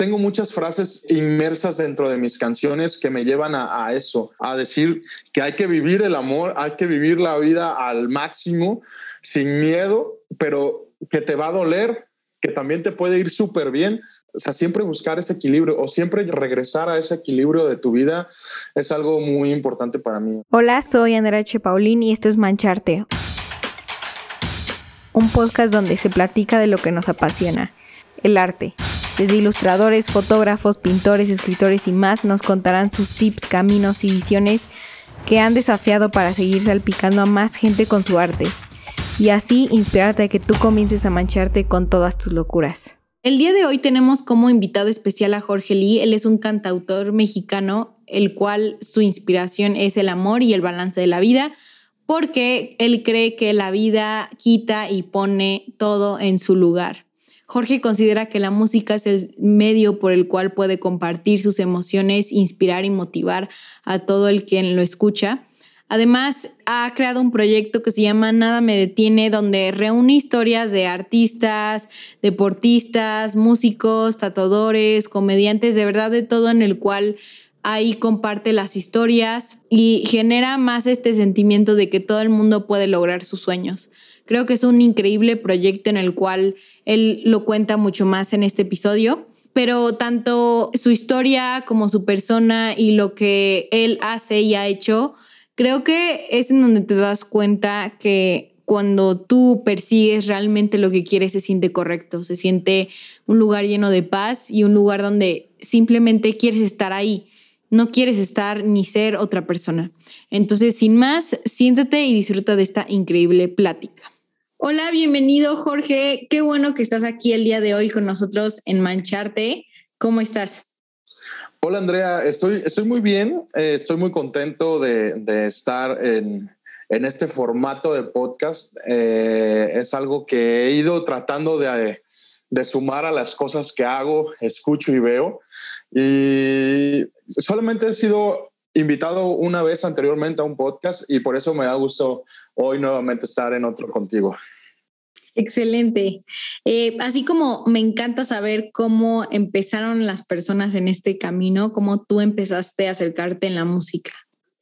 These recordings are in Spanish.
tengo muchas frases inmersas dentro de mis canciones que me llevan a eso, a decir que hay que vivir el amor, hay que vivir la vida al máximo, sin miedo, pero que te va a doler, que también te puede ir súper bien. O sea, siempre buscar ese equilibrio o siempre regresar a ese equilibrio de tu vida es algo muy importante para mí. Hola, soy Andrea H. Paulín y esto es Mancharte, un podcast donde se platica de lo que nos apasiona, el arte. Desde ilustradores, fotógrafos, pintores, escritores y más nos contarán sus tips, caminos y visiones que han desafiado para seguir salpicando a más gente con su arte y así inspirarte a que tú comiences a mancharte con todas tus locuras. El día de hoy tenemos como invitado especial a Jorge Lee. Él es un cantautor mexicano, el cual su inspiración es el amor y el balance de la vida, porque él cree que la vida quita y pone todo en su lugar. Jorge considera que la música es el medio por el cual puede compartir sus emociones, inspirar y motivar a todo el que lo escucha. Además, ha creado un proyecto que se llama Nada Me Detiene, donde reúne historias de artistas, deportistas, músicos, tatuadores, comediantes, de verdad de todo, en el cual ahí comparte las historias y genera más este sentimiento de que todo el mundo puede lograr sus sueños. Creo que es un increíble proyecto en el cual él lo cuenta mucho más en este episodio, pero tanto su historia como su persona y lo que él hace y ha hecho, creo que es en donde te das cuenta que cuando tú persigues realmente lo que quieres se siente correcto, se siente un lugar lleno de paz y un lugar donde simplemente quieres estar ahí. No quieres estar ni ser otra persona. Entonces, sin más, siéntate y disfruta de esta increíble plática. Hola, bienvenido, Jorge. Qué bueno que estás aquí el día de hoy con nosotros en Mancharte. ¿Cómo estás? Hola, Andrea. Estoy muy bien. Estoy muy contento de estar en este formato de podcast. Es algo que he ido tratando de sumar a las cosas que hago, escucho y veo. Y solamente he sido invitado una vez anteriormente a un podcast y por eso me da gusto hoy nuevamente estar en otro contigo. Excelente. Así como me encanta saber cómo empezaron las personas en este camino, cómo tú empezaste a acercarte en la música.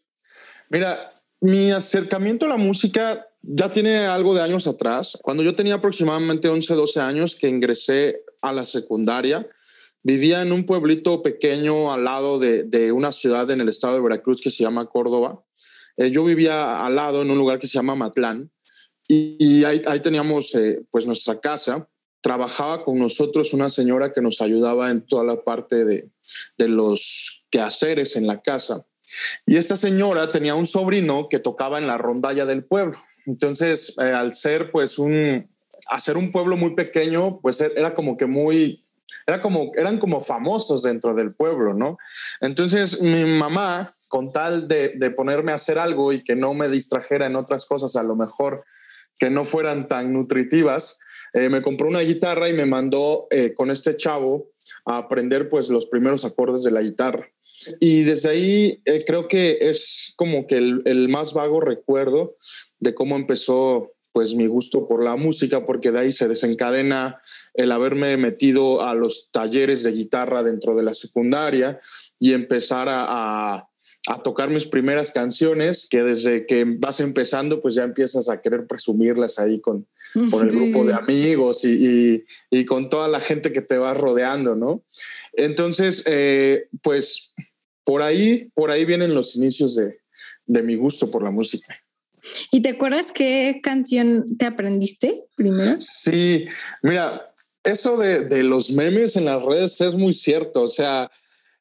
Mira, mi acercamiento a la música ya tiene algo de años atrás. Cuando yo tenía aproximadamente 11, 12 años que ingresé a la secundaria, vivía en un pueblito pequeño al lado de una ciudad en el estado de Veracruz que se llama Córdoba. Yo vivía al lado en un lugar que se llama Matlán y ahí teníamos pues nuestra casa. Trabajaba con nosotros una señora que nos ayudaba en toda la parte de los quehaceres en la casa. Y esta señora tenía un sobrino que tocaba en la rondalla del pueblo. Entonces, al ser pues hacer un pueblo muy pequeño, pues era como que eran como famosos dentro del pueblo, ¿no? Entonces mi mamá, con tal de ponerme a hacer algo y que no me distrajera en otras cosas, a lo mejor que no fueran tan nutritivas, me compró una guitarra y me mandó con este chavo a aprender pues los primeros acordes de la guitarra. Y desde ahí creo que es como que el más vago recuerdo de cómo empezó pues mi gusto por la música, porque de ahí se desencadena el haberme metido a los talleres de guitarra dentro de la secundaria y empezar a tocar mis primeras canciones, que desde que vas empezando pues ya empiezas a querer presumirlas ahí con el grupo de amigos y con toda la gente que te va rodeando, ¿no? Entonces, pues por ahí vienen los inicios de mi gusto por la música. ¿Y te acuerdas qué canción te aprendiste primero? Sí, mira, eso de los memes en las redes es muy cierto. O sea,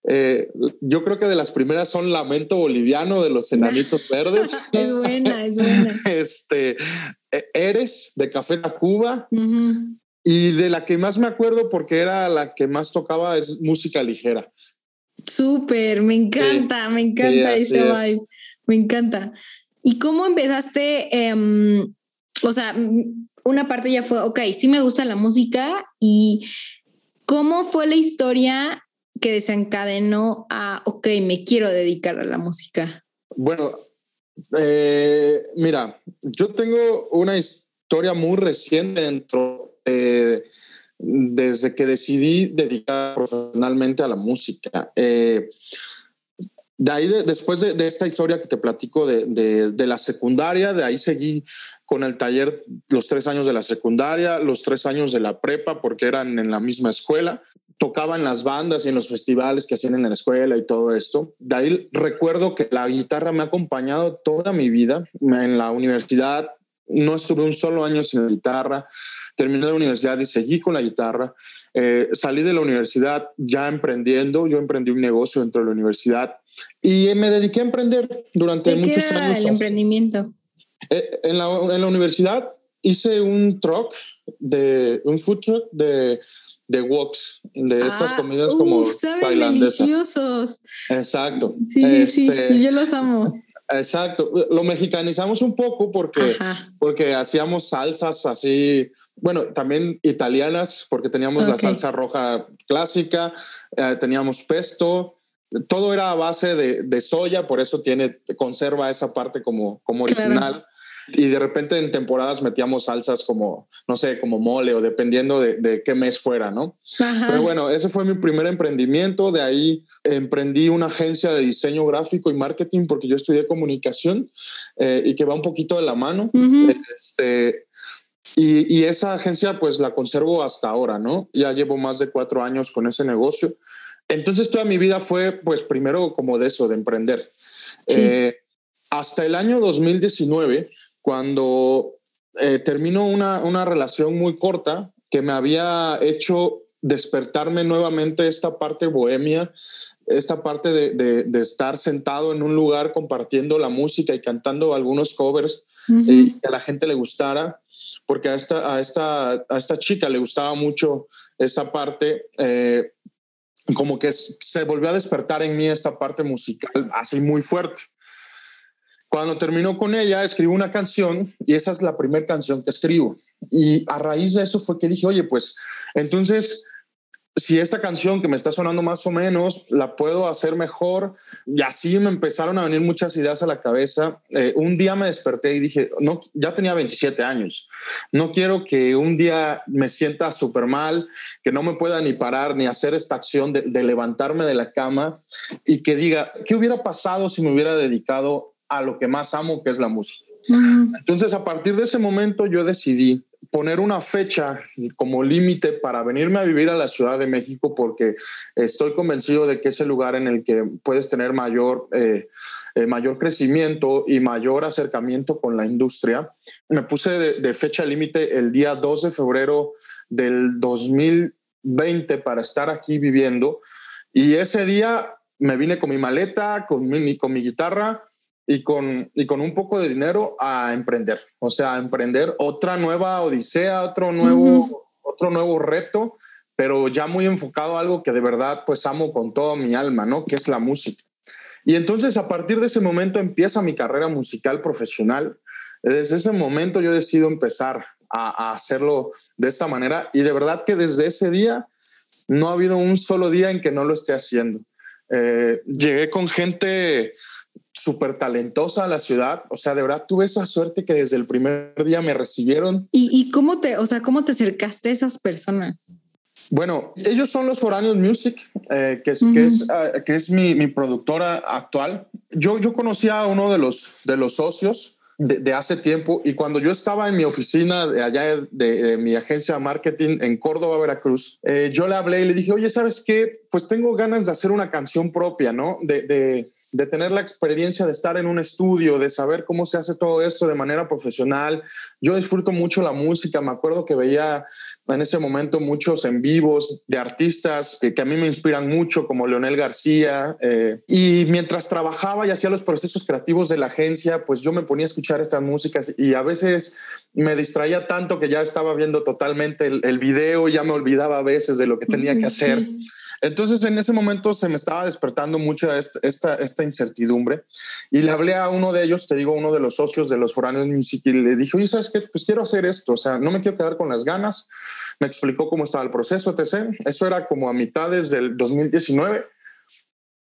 yo creo que de las primeras son Lamento Boliviano de los Enanitos Verdes. Es buena, es buena. Eres de Café Tacuba. Uh-huh. Y de la que más me acuerdo, porque era la que más tocaba, es Música Ligera. Súper, me encanta ese vibe. Me encanta. ¿Y cómo empezaste? O sea, una parte ya fue, ok, sí me gusta la música. ¿Y cómo fue la historia que desencadenó a, ok, me quiero dedicar a la música? Bueno, mira, yo tengo una historia muy reciente dentro desde que decidí dedicar profesionalmente a la música. De ahí, después de esta historia que te platico de la secundaria, de ahí seguí con el taller los 3 años de la secundaria, los 3 años de la prepa, porque eran en la misma escuela. Tocaba en las bandas y en los festivales que hacían en la escuela y todo esto. De ahí recuerdo que la guitarra me ha acompañado toda mi vida. En la universidad no estuve un solo año sin la guitarra. Terminé la universidad y seguí con la guitarra. Salí de la universidad ya emprendiendo. Yo emprendí un negocio dentro de la universidad y me dediqué a emprender durante muchos ¿Qué era años. el emprendimiento? En la universidad hice un food truck de woks, de estas comidas como tailandesas. Deliciosos. Exacto. Sí, yo los amo. Exacto. Lo mexicanizamos un poco porque hacíamos salsas así, bueno, también italianas, porque teníamos la salsa roja clásica, teníamos pesto. Todo era a base de soya, por eso conserva esa parte como original. Claro. Y de repente en temporadas metíamos salsas como, no sé, como mole o dependiendo de qué mes fuera, ¿no? Ajá. Pero bueno, ese fue mi primer emprendimiento. De ahí emprendí una agencia de diseño gráfico y marketing porque yo estudié comunicación y que va un poquito de la mano. Uh-huh. Y esa agencia pues la conservo hasta ahora, ¿no? Ya llevo más de 4 años con ese negocio. Entonces toda mi vida fue pues primero como de eso, de emprender. Sí. Hasta el año 2019, cuando terminó una relación muy corta que me había hecho despertarme nuevamente esta parte bohemia, esta parte de estar sentado en un lugar compartiendo la música y cantando algunos covers y que a la gente le gustara, porque a esta chica le gustaba mucho esa parte. Como que se volvió a despertar en mí esta parte musical así muy fuerte. Cuando terminó con ella, escribo una canción y esa es la primera canción que escribo. Y a raíz de eso fue que dije, oye, pues entonces, si esta canción que me está sonando más o menos, la puedo hacer mejor. Y así me empezaron a venir muchas ideas a la cabeza. Un día me desperté y dije, no, ya tenía 27 años. No quiero que un día me sienta súper mal, que no me pueda ni parar ni hacer esta acción de levantarme de la cama y que diga, ¿qué hubiera pasado si me hubiera dedicado a lo que más amo, que es la música? Uh-huh. Entonces, a partir de ese momento yo decidí poner una fecha como límite para venirme a vivir a la Ciudad de México, porque estoy convencido de que es el lugar en el que puedes tener mayor crecimiento y mayor acercamiento con la industria. Me puse de fecha límite el día 2 de febrero del 2020 para estar aquí viviendo, y ese día me vine con mi maleta, con mi guitarra y con un poco de dinero a emprender. O sea, a emprender otra nueva odisea, otro nuevo reto, pero ya muy enfocado a algo que de verdad pues amo con toda mi alma, ¿no? Que es la música. Y entonces a partir de ese momento empieza mi carrera musical profesional. Desde ese momento yo decido empezar a hacerlo de esta manera, y de verdad que desde ese día no ha habido un solo día en que no lo esté haciendo. Llegué con gente súper talentosa a la ciudad. O sea, de verdad tuve esa suerte que desde el primer día me recibieron. ¿Y cómo te acercaste a esas personas? Bueno, ellos son los Foráneos Music, que es mi productora actual. Yo conocí a uno de los socios de hace tiempo, y cuando yo estaba en mi oficina de allá de mi agencia de marketing en Córdoba, Veracruz, yo le hablé y le dije, oye, ¿sabes qué? Pues tengo ganas de hacer una canción propia, ¿no? De tener la experiencia de estar en un estudio, de saber cómo se hace todo esto de manera profesional. Yo disfruto mucho la música. Me acuerdo que veía en ese momento muchos en vivos de artistas que a mí me inspiran mucho, como Leonel García. Y mientras trabajaba y hacía los procesos creativos de la agencia, pues yo me ponía a escuchar estas músicas, y a veces me distraía tanto que ya estaba viendo totalmente el video, ya me olvidaba a veces de lo que tenía que hacer. Sí. Entonces en ese momento se me estaba despertando mucho esta incertidumbre, y le hablé a uno de ellos, te digo, uno de los socios de los Foráneos Music, y le dije, oye, ¿sabes qué? Pues quiero hacer esto, o sea, no me quiero quedar con las ganas. Me explicó cómo estaba el proceso, etc. Eso era como a mitades del 2019.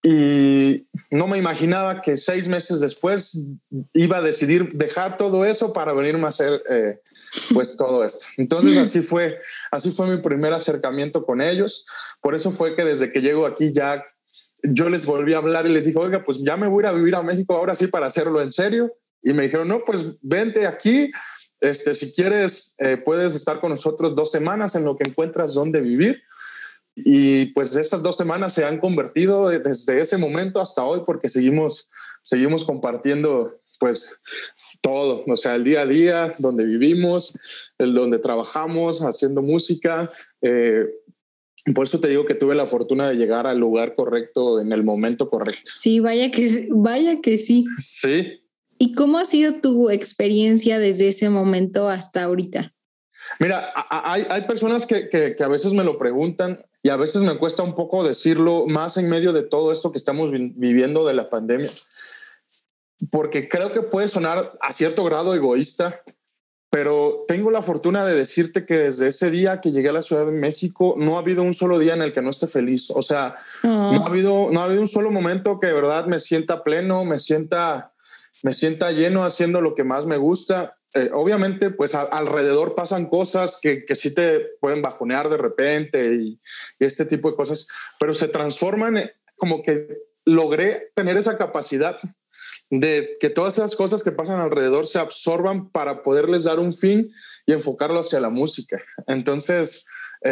Y no me imaginaba que 6 meses después iba a decidir dejar todo eso para venirme a hacer pues todo esto. Entonces así fue mi primer acercamiento con ellos. Por eso fue que desde que llego aquí ya yo les volví a hablar y les dije, oiga, pues ya me voy a ir a vivir a México ahora sí para hacerlo en serio. Y me dijeron, no, pues vente aquí. Si quieres, puedes estar con nosotros 2 semanas en lo que encuentras dónde vivir. Y pues esas 2 semanas se han convertido desde ese momento hasta hoy, porque seguimos compartiendo pues todo, o sea, el día a día, donde vivimos, el donde trabajamos, haciendo música. Por eso te digo que tuve la fortuna de llegar al lugar correcto en el momento correcto. Sí, vaya que sí. Sí. ¿Y cómo ha sido tu experiencia desde ese momento hasta ahorita? Mira, hay personas que a veces me lo preguntan y a veces me cuesta un poco decirlo, más en medio de todo esto que estamos viviendo de la pandemia, porque creo que puede sonar a cierto grado egoísta, pero tengo la fortuna de decirte que desde ese día que llegué a la Ciudad de México no ha habido un solo día en el que no esté feliz. O sea, no ha habido un solo momento que de verdad me sienta pleno, me sienta lleno haciendo lo que más me gusta. Obviamente, pues alrededor pasan cosas que sí te pueden bajonear de repente y este tipo de cosas, pero se transforman como que logré tener esa capacidad de que todas esas cosas que pasan alrededor se absorban para poderles dar un fin y enfocarlo hacia la música. Entonces,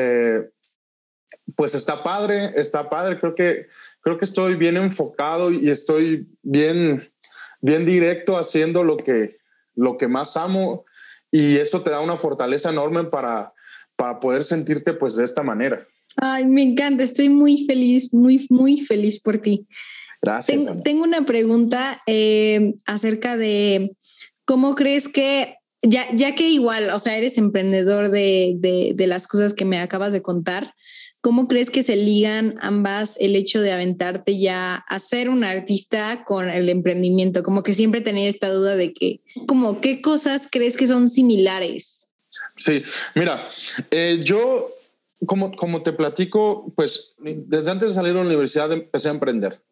pues está padre. Creo que estoy bien enfocado y estoy bien directo haciendo lo que más amo, y eso te da una fortaleza enorme para poder sentirte pues de esta manera. Ay, me encanta, estoy muy feliz, muy, muy feliz por ti. Gracias. Tengo una pregunta acerca de cómo crees que, ya que igual, o sea, eres emprendedor de las cosas que me acabas de contar, ¿cómo crees que se ligan ambas, el hecho de aventarte ya a ser un artista con el emprendimiento? Como que siempre he tenido esta duda de que, como, ¿qué cosas crees que son similares? Sí, mira, yo, como te platico, pues desde antes de salir de la universidad empecé a emprender.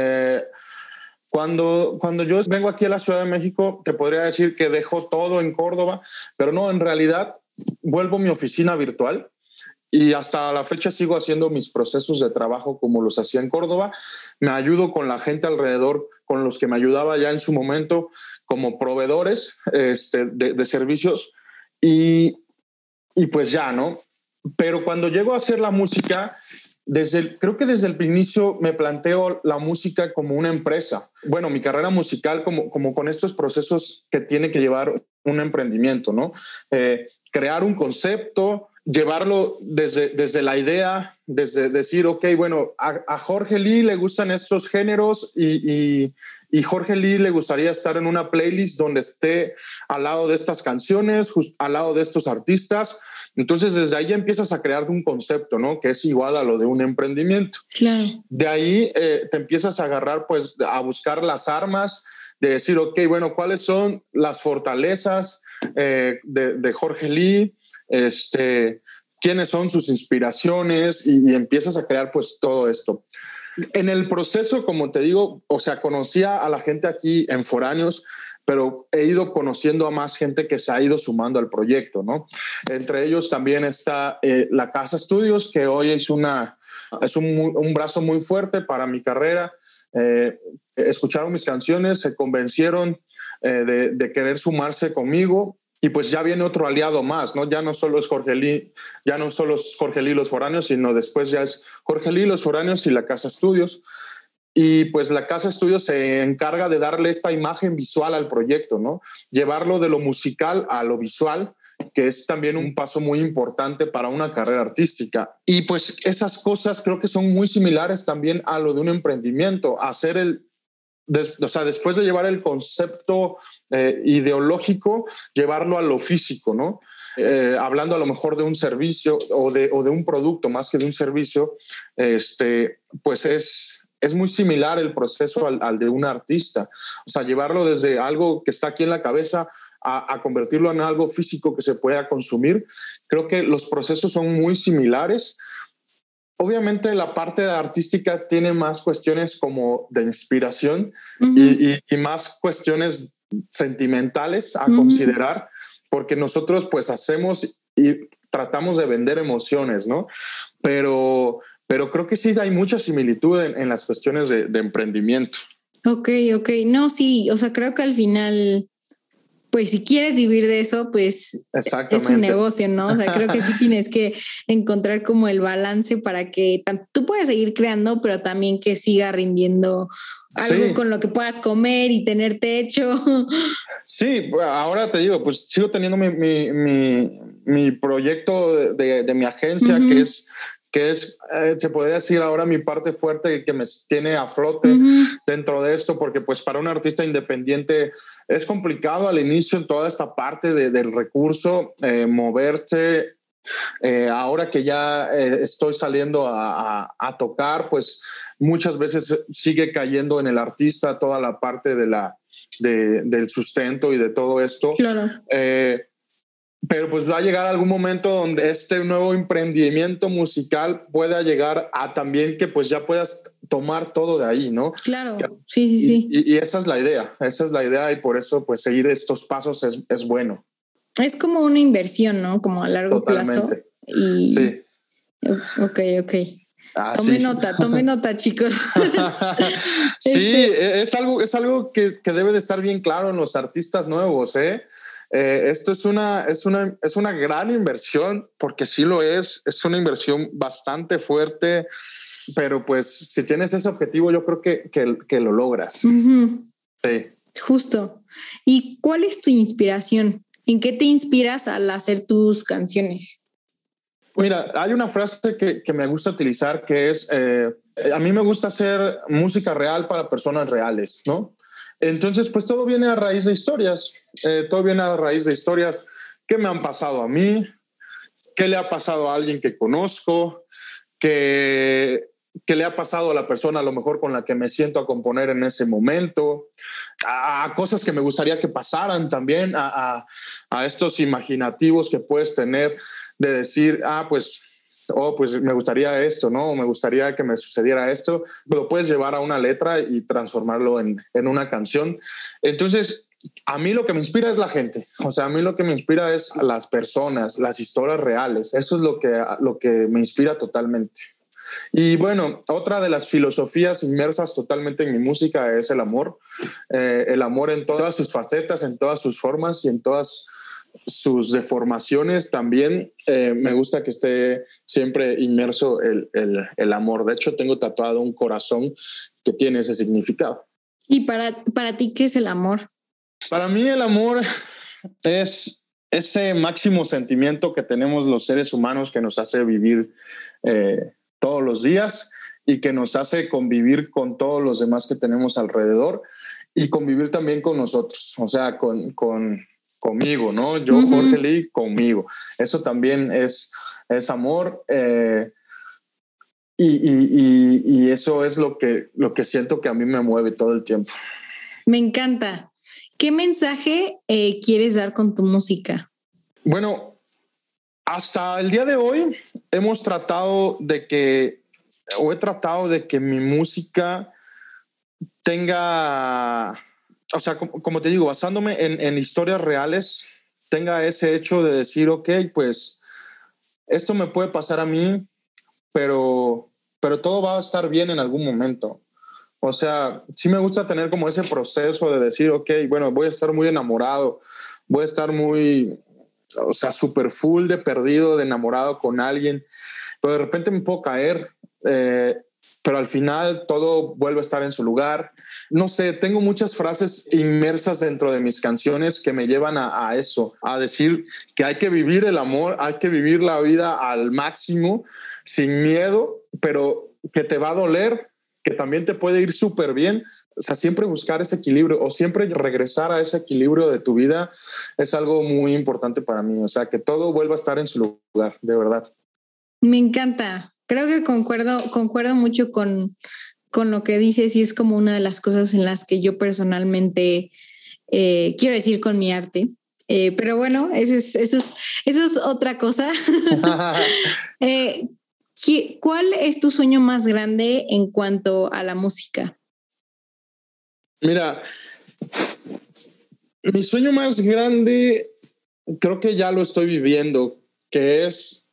Cuando yo vengo aquí a la Ciudad de México, te podría decir que dejo todo en Córdoba, pero no, en realidad vuelvo a mi oficina virtual. Y hasta la fecha sigo haciendo mis procesos de trabajo como los hacía en Córdoba. Me ayudo con la gente alrededor, con los que me ayudaba ya en su momento como proveedores de servicios. Y pues ya, ¿no? Pero cuando llego a hacer la música, creo que desde el inicio me planteo la música como una empresa. Bueno, mi carrera musical como con estos procesos que tiene que llevar un emprendimiento, ¿no? Crear un concepto, llevarlo desde la idea, desde decir, ok, bueno, a Jorge Lee le gustan estos géneros y Jorge Lee le gustaría estar en una playlist donde esté al lado de estas canciones, al lado de estos artistas. Entonces, desde ahí empiezas a crear un concepto, ¿no? Que es igual a lo de un emprendimiento. Claro. De ahí te empiezas a agarrar, pues, a buscar las armas, de decir, ok, bueno, ¿cuáles son las fortalezas de Jorge Lee? ¿Quiénes son sus inspiraciones? Y empiezas a crear, pues, todo esto. En el proceso, como te digo, o sea, conocía a la gente aquí en Foráneos, pero he ido conociendo a más gente que se ha ido sumando al proyecto, ¿no? Entre ellos también está la Casa Estudios, que hoy es un brazo muy fuerte para mi carrera. Escucharon mis canciones, se convencieron de querer sumarse conmigo, y pues ya viene otro aliado más, ¿no? Ya no solo es Jorge Lee, los Foráneos, sino después ya es Jorge Lee, los Foráneos y la Casa Estudios. Y pues la Casa Estudios se encarga de darle esta imagen visual al proyecto, ¿no? Llevarlo de lo musical a lo visual, que es también un paso muy importante para una carrera artística. Y pues esas cosas creo que son muy similares también a lo de un emprendimiento, después de llevar el concepto ideológico, llevarlo a lo físico, ¿no? Hablando a lo mejor de un servicio o de un producto más que de un servicio, pues es muy similar el proceso al de un artista. O sea, llevarlo desde algo que está aquí en la cabeza a convertirlo en algo físico que se pueda consumir. Creo que los procesos son muy similares. obviamente la parte artística tiene más cuestiones como de inspiración y más cuestiones sentimentales a considerar, porque nosotros pues hacemos y tratamos de vender emociones, ¿no? Pero creo que sí hay mucha similitud en las cuestiones de emprendimiento. Ok. No, sí, o sea, creo que al final, pues si quieres vivir de eso, pues es un negocio, ¿no? O sea, creo que sí tienes que encontrar como el balance para que tú puedas seguir creando, pero también que siga rindiendo algo con lo que puedas comer y tener techo. Sí, ahora te digo, pues sigo teniendo mi proyecto de mi agencia, que es se podría decir ahora mi parte fuerte que me tiene a flote dentro de esto, porque pues para un artista independiente es complicado al inicio en toda esta parte del recurso, moverse. Ahora que ya estoy saliendo a tocar, pues muchas veces sigue cayendo en el artista toda la parte del sustento y de todo esto. Claro. Pero pues va a llegar algún momento donde este nuevo emprendimiento musical pueda llegar a también que pues ya puedas tomar todo de ahí, ¿no? Claro, sí. Y esa es la idea y por eso pues seguir estos pasos es bueno. Es como una inversión, ¿no? Como a largo plazo. Y... Sí. Ok. Tome nota, chicos. Sí, es algo que debe de estar bien claro en los artistas nuevos, ¿eh? Esto es una gran inversión, porque sí lo es una inversión bastante fuerte, pero pues si tienes ese objetivo, yo creo que lo logras. Sí. Justo. ¿Y cuál es tu inspiración? ¿En qué te inspiras al hacer tus canciones? Mira, hay una frase que me gusta utilizar que es, a mí me gusta hacer música real para personas reales, ¿no? Entonces, pues todo viene a raíz de historias, que me han pasado a mí, que le ha pasado a alguien que conozco, que le ha pasado a la persona a lo mejor con la que me siento a componer en ese momento, a cosas que me gustaría que pasaran también, a estos imaginativos que puedes tener de decir, pues me gustaría esto, ¿no? Me gustaría que me sucediera esto, pero puedes llevar a una letra y transformarlo en una canción. Entonces, a mí lo que me inspira es la gente. O sea, a mí lo que me inspira es las personas, las historias reales. Eso es lo que me inspira totalmente. Y bueno, otra de las filosofías inmersas totalmente en mi música es el amor en todas sus facetas, en todas sus formas y en todas sus deformaciones también. Me gusta que esté siempre inmerso el amor. De hecho, tengo tatuado un corazón que tiene ese significado. ¿Y para ti qué es el amor? Para mí el amor es ese máximo sentimiento que tenemos los seres humanos que nos hace vivir todos los días y que nos hace convivir con todos los demás que tenemos alrededor y convivir también con nosotros, o sea, conmigo, ¿no? Yo, Jorge Lee, conmigo. Eso también es amor y eso es lo que siento que a mí me mueve todo el tiempo. Me encanta. ¿Qué mensaje quieres dar con tu música? Bueno, hasta el día de hoy he tratado de que mi música tenga, o sea, como te digo, basándome en historias reales, tenga ese hecho de decir, ok, pues esto me puede pasar a mí, pero todo va a estar bien en algún momento. O sea, sí me gusta tener como ese proceso de decir, ok, bueno, voy a estar muy enamorado, voy a estar muy, o sea, súper full de perdido, de enamorado con alguien, pero de repente me puedo caer, pero al final todo vuelve a estar en su lugar. No sé, tengo muchas frases inmersas dentro de mis canciones que me llevan a eso, a decir que hay que vivir el amor, hay que vivir la vida al máximo, sin miedo, pero que te va a doler, que también te puede ir súper bien. O sea, siempre buscar ese equilibrio o siempre regresar a ese equilibrio de tu vida es algo muy importante para mí. O sea, que todo vuelva a estar en su lugar, de verdad. Me encanta. Creo que concuerdo mucho con lo que dices y es como una de las cosas en las que yo personalmente quiero decir con mi arte. Pero bueno, eso es otra cosa. ¿Cuál es tu sueño más grande en cuanto a la música? Mira, mi sueño más grande creo que ya lo estoy viviendo, que es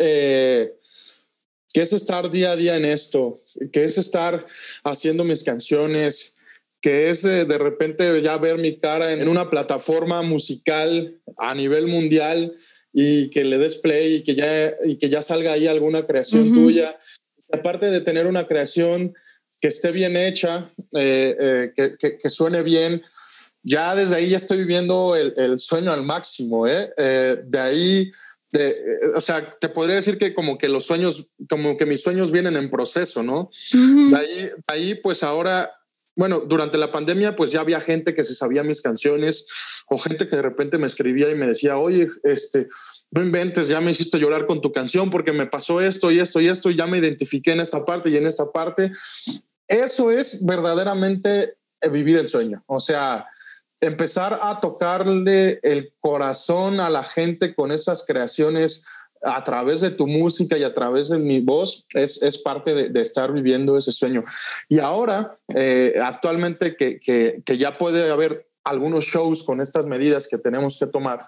estar día a día en esto, que es estar haciendo mis canciones, que es de repente ya ver mi cara en una plataforma musical a nivel mundial y que le des play y que ya salga ahí alguna creación tuya. Aparte de tener una creación que esté bien hecha, que suene bien, ya desde ahí ya estoy viviendo el sueño al máximo. De ahí, o sea, te podría decir que como que los sueños, como que mis sueños vienen en proceso, ¿no? De ahí, pues ahora, bueno, durante la pandemia, pues ya había gente que se sabía mis canciones o gente que de repente me escribía y me decía, oye, no inventes, ya me hiciste llorar con tu canción porque me pasó esto y esto y esto y ya me identifiqué en esta parte y en esta parte. Eso es verdaderamente vivir el sueño. O sea, empezar a tocarle el corazón a la gente con estas creaciones a través de tu música y a través de mi voz es parte de estar viviendo ese sueño. Y ahora, actualmente que ya puede haber algunos shows con estas medidas que tenemos que tomar,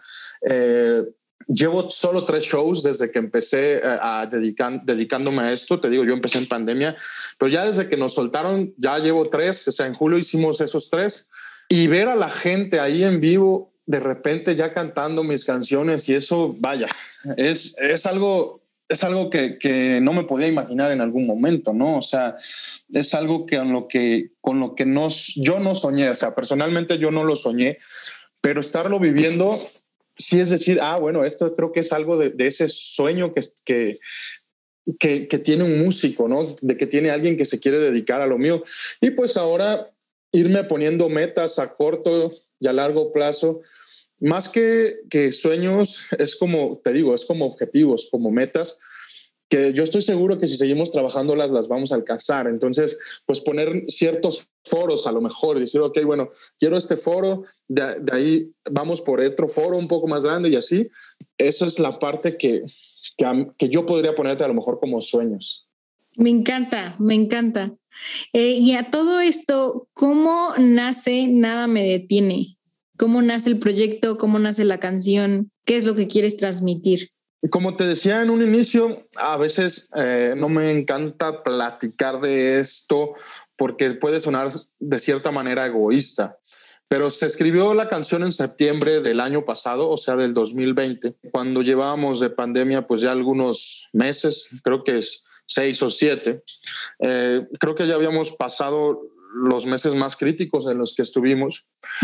llevo solo 3 shows desde que empecé dedicándome a esto. Te digo, yo empecé en pandemia, pero ya desde que nos soltaron, ya llevo 3. O sea, en julio hicimos esos 3 y ver a la gente ahí en vivo, de repente ya cantando mis canciones y eso, vaya, es algo que no me podía imaginar en algún momento, ¿no? O sea, es algo con lo que yo no soñé. O sea, personalmente yo no lo soñé, pero estarlo viviendo, sí es decir, bueno, esto creo que es algo de ese sueño que tiene un músico, ¿no? De que tiene alguien que se quiere dedicar a lo mío. Y pues ahora irme poniendo metas a corto y a largo plazo, más que sueños, es como, te digo, es como objetivos, como metas, que yo estoy seguro que si seguimos trabajando las vamos a alcanzar. Entonces, pues poner ciertos foros a lo mejor, decir, ok, bueno, quiero este foro, de ahí vamos por otro foro un poco más grande y así. Eso es la parte que yo podría ponerte a lo mejor como sueños. Me encanta, me encanta. Y a todo esto, ¿cómo nace Nada Me Detiene? ¿Cómo nace el proyecto? ¿Cómo nace la canción? ¿Qué es lo que quieres transmitir? Como te decía en un inicio, a veces no me encanta platicar de esto porque puede sonar de cierta manera egoísta, pero se escribió la canción en septiembre del año pasado, o sea, del 2020, cuando llevábamos de pandemia pues ya algunos meses, creo que es 6 o 7. Creo que ya habíamos pasado los meses más críticos en los que estuvimos.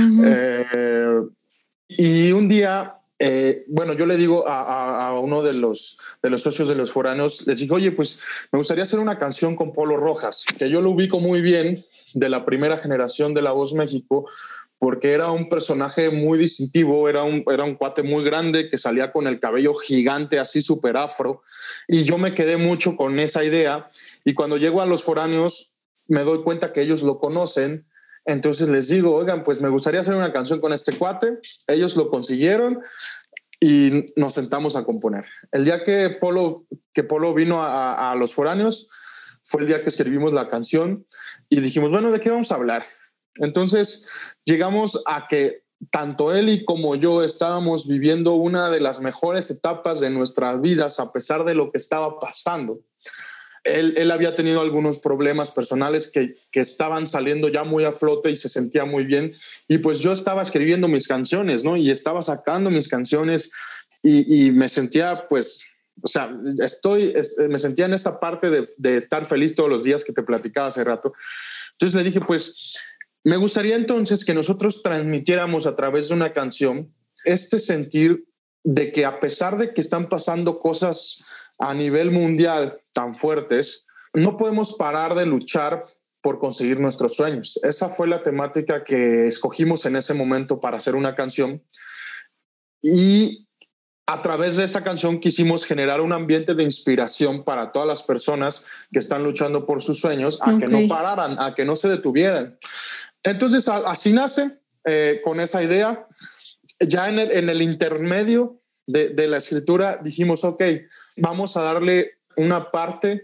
Y un día, bueno, yo le digo a uno de los socios de Los Foráneos, les digo, oye, pues me gustaría hacer una canción con Polo Rojas, que yo lo ubico muy bien de la primera generación de La Voz México, porque era un personaje muy distintivo, era un cuate muy grande que salía con el cabello gigante, así súper afro, y yo me quedé mucho con esa idea, y cuando llego a Los Foráneos me doy cuenta que ellos lo conocen. Entonces les digo, oigan, pues me gustaría hacer una canción con este cuate. Ellos lo consiguieron y nos sentamos a componer. El día que Polo vino a Los Foráneos fue el día que escribimos la canción y dijimos, bueno, ¿de qué vamos a hablar? Entonces llegamos a que tanto él y como yo estábamos viviendo una de las mejores etapas de nuestras vidas a pesar de lo que estaba pasando. Él había tenido algunos problemas personales que estaban saliendo ya muy a flote y se sentía muy bien. Y pues yo estaba escribiendo mis canciones, ¿no? Y estaba sacando mis canciones y me sentía, pues, o sea, me sentía en esa parte de estar feliz todos los días que te platicaba hace rato. Entonces le dije, pues, me gustaría entonces que nosotros transmitiéramos a través de una canción este sentir de que a pesar de que están pasando cosas a nivel mundial tan fuertes, no podemos parar de luchar por conseguir nuestros sueños. Esa fue la temática que escogimos en ese momento para hacer una canción y a través de esta canción quisimos generar un ambiente de inspiración para todas las personas que están luchando por sus sueños, a que no pararan, a que no se detuvieran. Entonces así nace con esa idea. Ya en el intermedio de la escritura dijimos, ok, vamos a darle una parte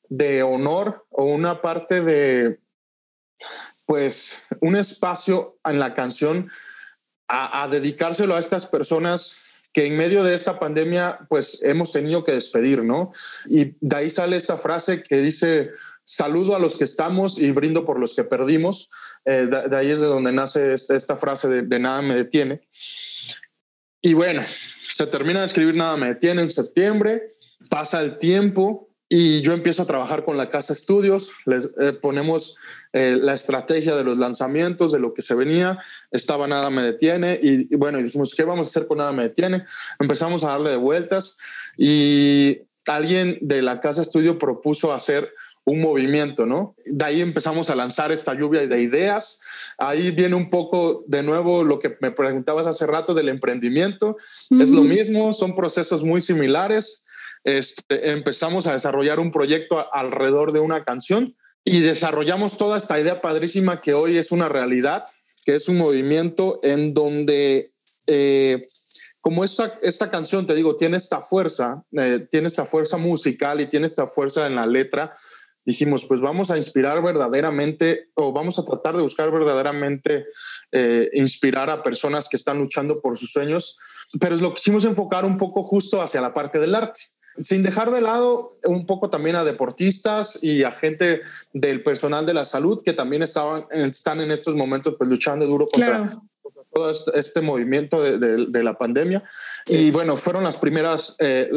de honor o una parte de, pues, un espacio en la canción a dedicárselo a estas personas que en medio de esta pandemia pues hemos tenido que despedir, ¿no? Y de ahí sale esta frase que dice: saludo a los que estamos y brindo por los que perdimos. De ahí es de donde nace esta frase de Nada me detiene. Y bueno, se termina de escribir Nada me detiene en septiembre, pasa el tiempo y yo empiezo a trabajar con la Casa Estudios. Les ponemos la estrategia de los lanzamientos, de lo que se venía. Estaba Nada me detiene y bueno, y dijimos, ¿qué vamos a hacer con Nada me detiene? Empezamos a darle de vueltas y alguien de la Casa Estudio propuso hacer un movimiento, ¿no? De ahí empezamos a lanzar esta lluvia de ideas. Ahí viene un poco de nuevo lo que me preguntabas hace rato del emprendimiento. Es lo mismo, son procesos muy similares. Empezamos a desarrollar un proyecto alrededor de una canción y desarrollamos toda esta idea padrísima que hoy es una realidad, que es un movimiento en donde como esta canción, te digo, tiene esta fuerza musical y tiene esta fuerza en la letra. Dijimos, pues vamos a inspirar verdaderamente, o vamos a tratar de buscar verdaderamente inspirar a personas que están luchando por sus sueños, pero es lo que quisimos enfocar un poco justo hacia la parte del arte, sin dejar de lado un poco también a deportistas y a gente del personal de la salud que también están en estos momentos pues luchando duro contra todo este movimiento de la pandemia. Y bueno, fueron las primeras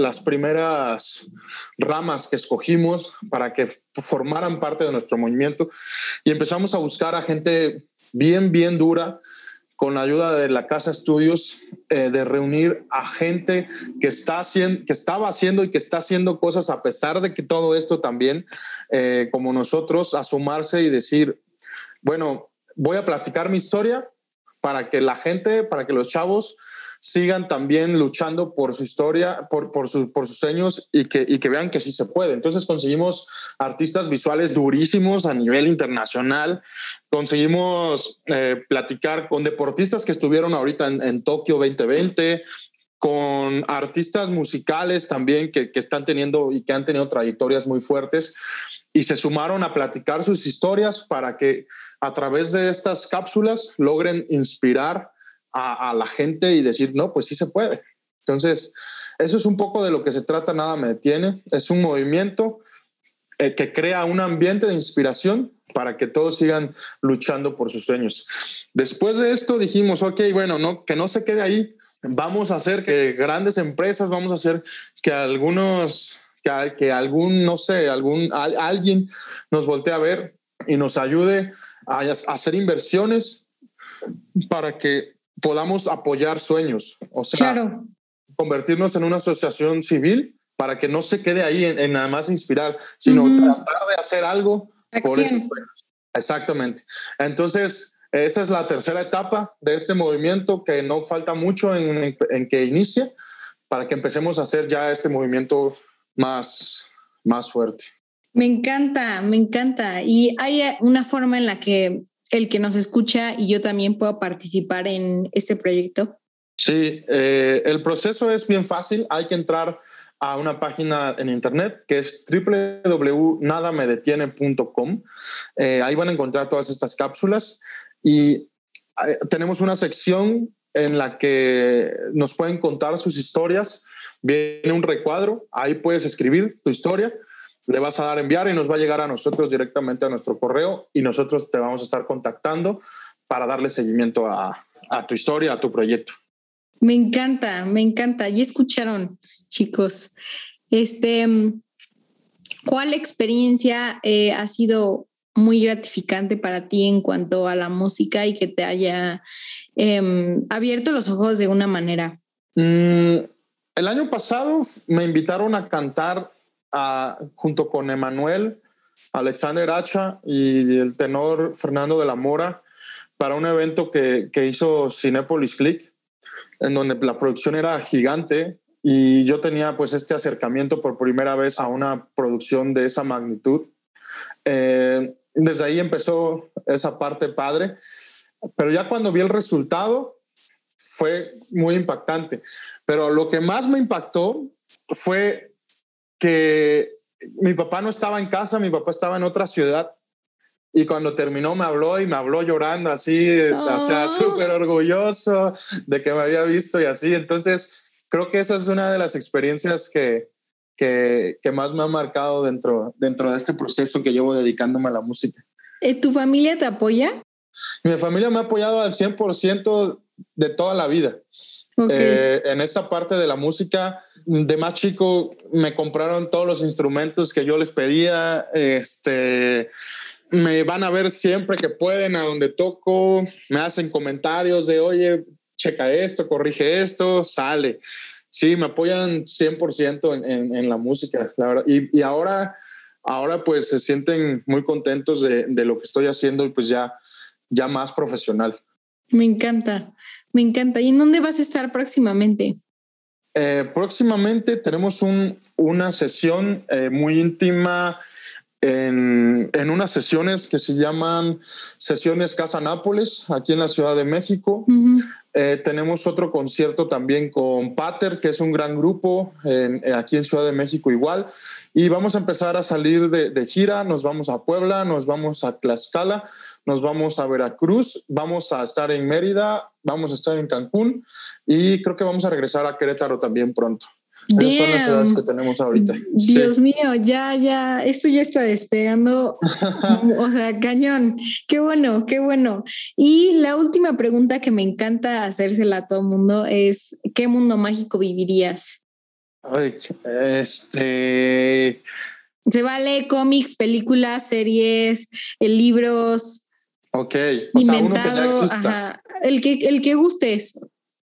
ramas que escogimos para que formaran parte de nuestro movimiento y empezamos a buscar a gente bien dura, con la ayuda de la Casa Estudios, de reunir a gente que estaba haciendo y que está haciendo cosas a pesar de que todo esto también, como nosotros, a sumarse y decir, bueno, voy a platicar mi historia para que la gente, para que los chavos sigan también luchando por su historia, por sus sueños y que vean que sí se puede. Entonces conseguimos artistas visuales durísimos a nivel internacional, conseguimos platicar con deportistas que estuvieron ahorita en Tokio 2020, con artistas musicales también que están teniendo y que han tenido trayectorias muy fuertes y se sumaron a platicar sus historias para que a través de estas cápsulas logren inspirar a la gente y decir, no, pues sí se puede. Entonces, eso es un poco de lo que se trata Nada me detiene. Es un movimiento que crea un ambiente de inspiración para que todos sigan luchando por sus sueños. Después de esto dijimos, ok, bueno, no, que no se quede ahí. Vamos a hacer que grandes empresas, vamos a hacer que alguien nos voltee a ver y nos ayude a hacer inversiones para que podamos apoyar sueños, o sea, convertirnos en una asociación civil para que no se quede ahí en nada más inspirar, sino tratar de hacer algo por eso. Exactamente. Entonces, esa es la tercera etapa de este movimiento, que no falta mucho en que inicie para que empecemos a hacer ya este movimiento más fuerte. Me encanta. Y hay una forma en la que el que nos escucha y yo también puedo participar en este proyecto. Sí, el proceso es bien fácil. Hay que entrar a una página en internet que es www.nadamedetiene.com. Ahí van a encontrar todas estas cápsulas y tenemos una sección en la que nos pueden contar sus historias. Viene un recuadro, ahí puedes escribir tu historia, le vas a dar a enviar y nos va a llegar a nosotros directamente a nuestro correo y nosotros te vamos a estar contactando para darle seguimiento a tu historia, a tu proyecto. Me encanta. Ya escucharon, chicos. ¿Cuál experiencia ha sido muy gratificante para ti en cuanto a la música y que te haya abierto los ojos de una manera? El año pasado me invitaron a cantar junto con Emanuel, Alexander Hacha y el tenor Fernando de la Mora para un evento que hizo Cinépolis Click, en donde la producción era gigante y yo tenía pues este acercamiento por primera vez a una producción de esa magnitud. Desde ahí empezó esa parte padre, pero ya cuando vi el resultado fue muy impactante. Pero lo que más me impactó fue que mi papá no estaba en casa, mi papá estaba en otra ciudad. Y cuando terminó me habló llorando así, o sea, súper orgulloso de que me había visto y así. Entonces, creo que esa es una de las experiencias que más me ha marcado dentro de este proceso que llevo dedicándome a la música. ¿Tu familia te apoya? Mi familia me ha apoyado al 100% de toda la vida. Okay. En esta parte de la música, de más chico me compraron todos los instrumentos que yo les pedía. Me van a ver siempre que pueden a donde toco, me hacen comentarios de, oye, checa esto, corrige esto, sale. Sí, me apoyan 100% en la música, la verdad. Y ahora pues se sienten muy contentos de lo que estoy haciendo y pues ya más profesional. Me encanta. ¿Y en dónde vas a estar próximamente? Próximamente tenemos una sesión muy íntima en unas sesiones que se llaman Sesiones Casa Nápoles, aquí en la Ciudad de México. Uh-huh. Tenemos otro concierto también con Pater, que es un gran grupo aquí en Ciudad de México igual. Y vamos a empezar a salir de gira. Nos vamos a Puebla, nos vamos a Tlaxcala, nos vamos a Veracruz, vamos a estar en Mérida, vamos a estar en Cancún y creo que vamos a regresar a Querétaro también pronto. Esas son las ciudades que tenemos ahorita. Dios mío, ya, esto ya está despegando. O sea, cañón. Qué bueno. Y la última pregunta que me encanta hacérsela a todo el mundo es, ¿qué mundo mágico vivirías? Ay, Se vale cómics, películas, series, libros. Ok, o sea, uno que ya exista. Ajá, el que gustes.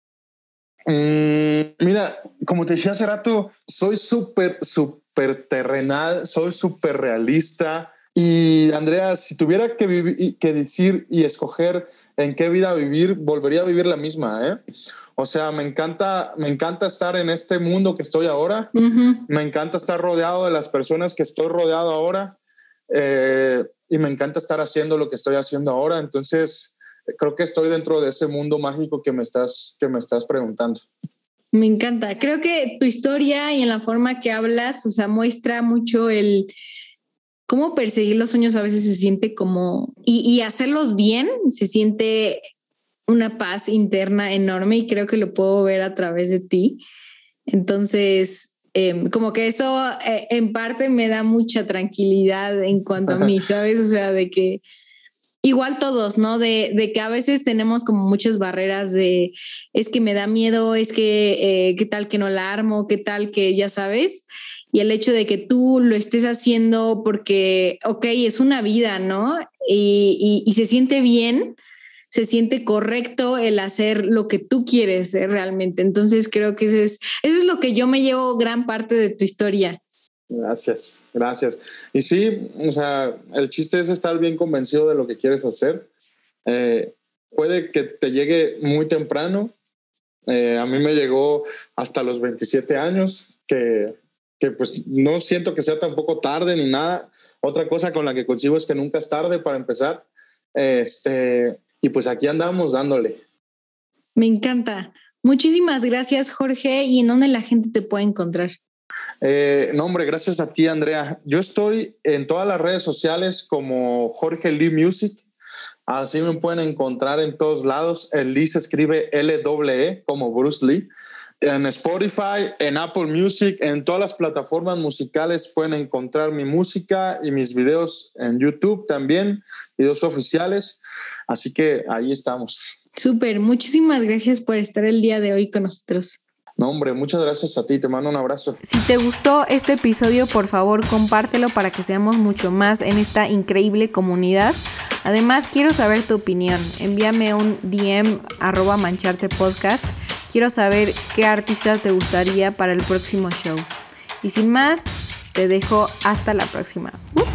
Mira, como te decía hace rato, soy súper terrenal, soy súper realista. Y Andrea, si tuviera que decir y escoger en qué vida vivir, volvería a vivir la misma, ¿eh? O sea, me encanta estar en este mundo que estoy ahora. Uh-huh. Me encanta estar rodeado de las personas que estoy rodeado ahora. Y me encanta estar haciendo lo que estoy haciendo ahora. Entonces, creo que estoy dentro de ese mundo mágico que me estás preguntando. Me encanta. Creo que tu historia y en la forma que hablas, o sea, muestra mucho el cómo perseguir los sueños a veces se siente como... Y hacerlos bien, se siente una paz interna enorme y creo que lo puedo ver a través de ti. Entonces, como que eso en parte me da mucha tranquilidad en cuanto a mí, ¿sabes? O sea, de que... Igual todos, ¿no? De que a veces tenemos como muchas barreras de es que me da miedo, es que qué tal que no la armo, qué tal que ya sabes. Y el hecho de que tú lo estés haciendo porque, ok, es una vida, ¿no? Y se siente bien, se siente correcto el hacer lo que tú quieres realmente. Entonces creo que eso es lo que yo me llevo gran parte de tu historia. Gracias. Y sí, o sea, el chiste es estar bien convencido de lo que quieres hacer. Puede que te llegue muy temprano. A mí me llegó hasta los 27 años, que pues no siento que sea tampoco tarde ni nada. Otra cosa con la que consigo es que nunca es tarde para empezar. Y pues aquí andamos dándole. Me encanta. Muchísimas gracias, Jorge. ¿Y en dónde la gente te puede encontrar? No, hombre, gracias a ti, Andrea. Yo estoy en todas las redes sociales como Jorge Lee Music. Así me pueden encontrar en todos lados. El Lee se escribe L-E-E como Bruce Lee. En Spotify, en Apple Music, en todas las plataformas musicales pueden encontrar mi música y mis videos en YouTube también, videos oficiales. Así que ahí estamos. Súper, muchísimas gracias por estar el día de hoy con nosotros. No, hombre, muchas gracias a ti, te mando un abrazo. Si te gustó este episodio, por favor, compártelo para que seamos mucho más en esta increíble comunidad. Además, quiero saber tu opinión. Envíame un DM @manchartepodcast. Quiero saber qué artista te gustaría para el próximo show. Y sin más, te dejo hasta la próxima.